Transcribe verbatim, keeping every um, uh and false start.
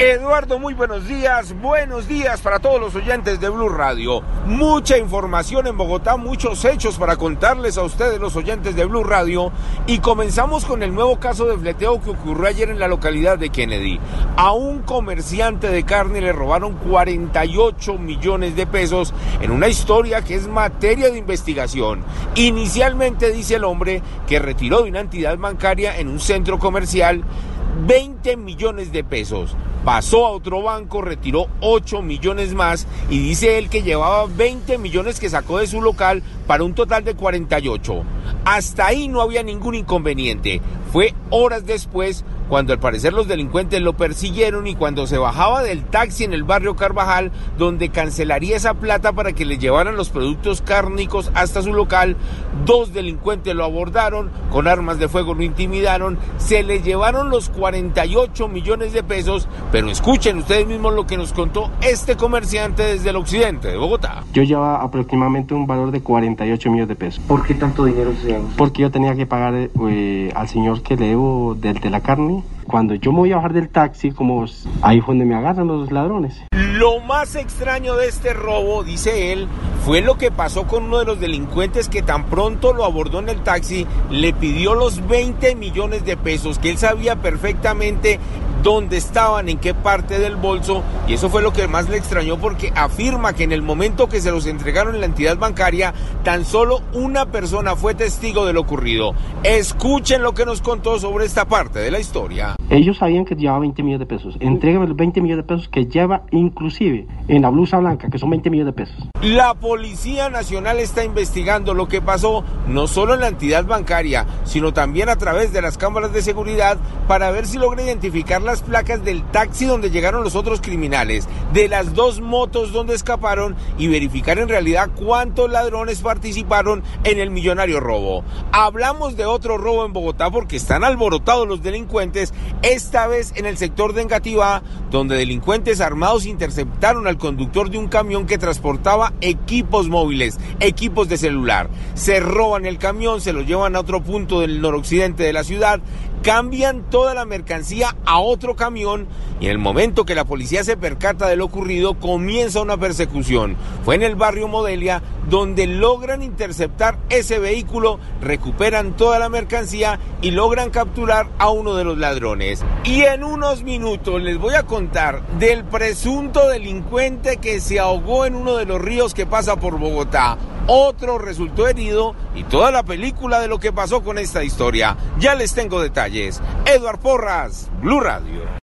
Eduardo, muy buenos días, buenos días para todos los oyentes de Blue Radio. Mucha información en Bogotá, muchos hechos para contarles a ustedes los oyentes de Blue Radio. Y comenzamos con el nuevo caso de fleteo que ocurrió ayer en la localidad de Kennedy. A un comerciante de carne le robaron cuarenta y ocho millones de pesos en una historia que es materia de investigación. Inicialmente dice el hombre que retiró de una entidad bancaria en un centro comercial veinte millones de pesos. Pasó a otro banco, retiró ocho millones más y dice él que llevaba veinte millones que sacó de su local para un total de cuarenta y ocho. Hasta ahí no había ningún inconveniente. Fue horas después cuando al parecer los delincuentes lo persiguieron y cuando se bajaba del taxi en el barrio Carvajal, donde cancelaría esa plata para que le llevaran los productos cárnicos hasta su local, dos delincuentes lo abordaron, con armas de fuego lo intimidaron, se le llevaron los cuarenta y ocho millones de pesos, pero escuchen ustedes mismos lo que nos contó este comerciante desde el occidente de Bogotá. Yo llevaba aproximadamente un valor de cuarenta y ocho millones de pesos. ¿Por qué tanto dinero se llama? Porque yo tenía que pagar eh, al señor que le debo del de la carne. Cuando yo me voy a bajar del taxi, como ahí fue donde me agarran los ladrones. Lo más extraño de este robo, dice él, fue lo que pasó con uno de los delincuentes que tan pronto lo abordó en el taxi, le pidió los veinte millones de pesos, que él sabía perfectamente dónde estaban, en qué parte del bolso, y eso fue lo que más le extrañó porque afirma que en el momento que se los entregaron en la entidad bancaria, tan solo una persona fue testigo de lo ocurrido. Escuchen lo que nos contó sobre esta parte de la historia. Ellos sabían que llevaba veinte millones de pesos. Entrégame los veinte millones de pesos que lleva inclusive en la blusa blanca, que son veinte millones de pesos. La Policía Nacional está investigando lo que pasó, no solo en la entidad bancaria, sino también a través de las cámaras de seguridad para ver si logra identificar las placas del taxi donde llegaron los otros criminales, de las dos motos donde escaparon y verificar en realidad cuántos ladrones participaron en el millonario robo. Hablamos de otro robo en Bogotá porque están alborotados los delincuentes, esta vez en el sector de Engativá, donde delincuentes armados interceptaron al conductor de un camión que transportaba equipos móviles, equipos de celular. Se roban el camión, se lo llevan a otro punto del noroccidente de la ciudad, cambian toda la mercancía a otro camión y en el momento que la policía se percata de lo ocurrido, comienza una persecución. Fue en el barrio Modelia donde logran interceptar ese vehículo, recuperan toda la mercancía y logran capturar a uno de los ladrones. Y en unos minutos les voy a contar del presunto delincuente que se ahogó en uno de los ríos que pasa por Bogotá. Otro resultó herido y toda la película de lo que pasó con esta historia. Ya les tengo detalles. Eduardo Porras, Blue Radio.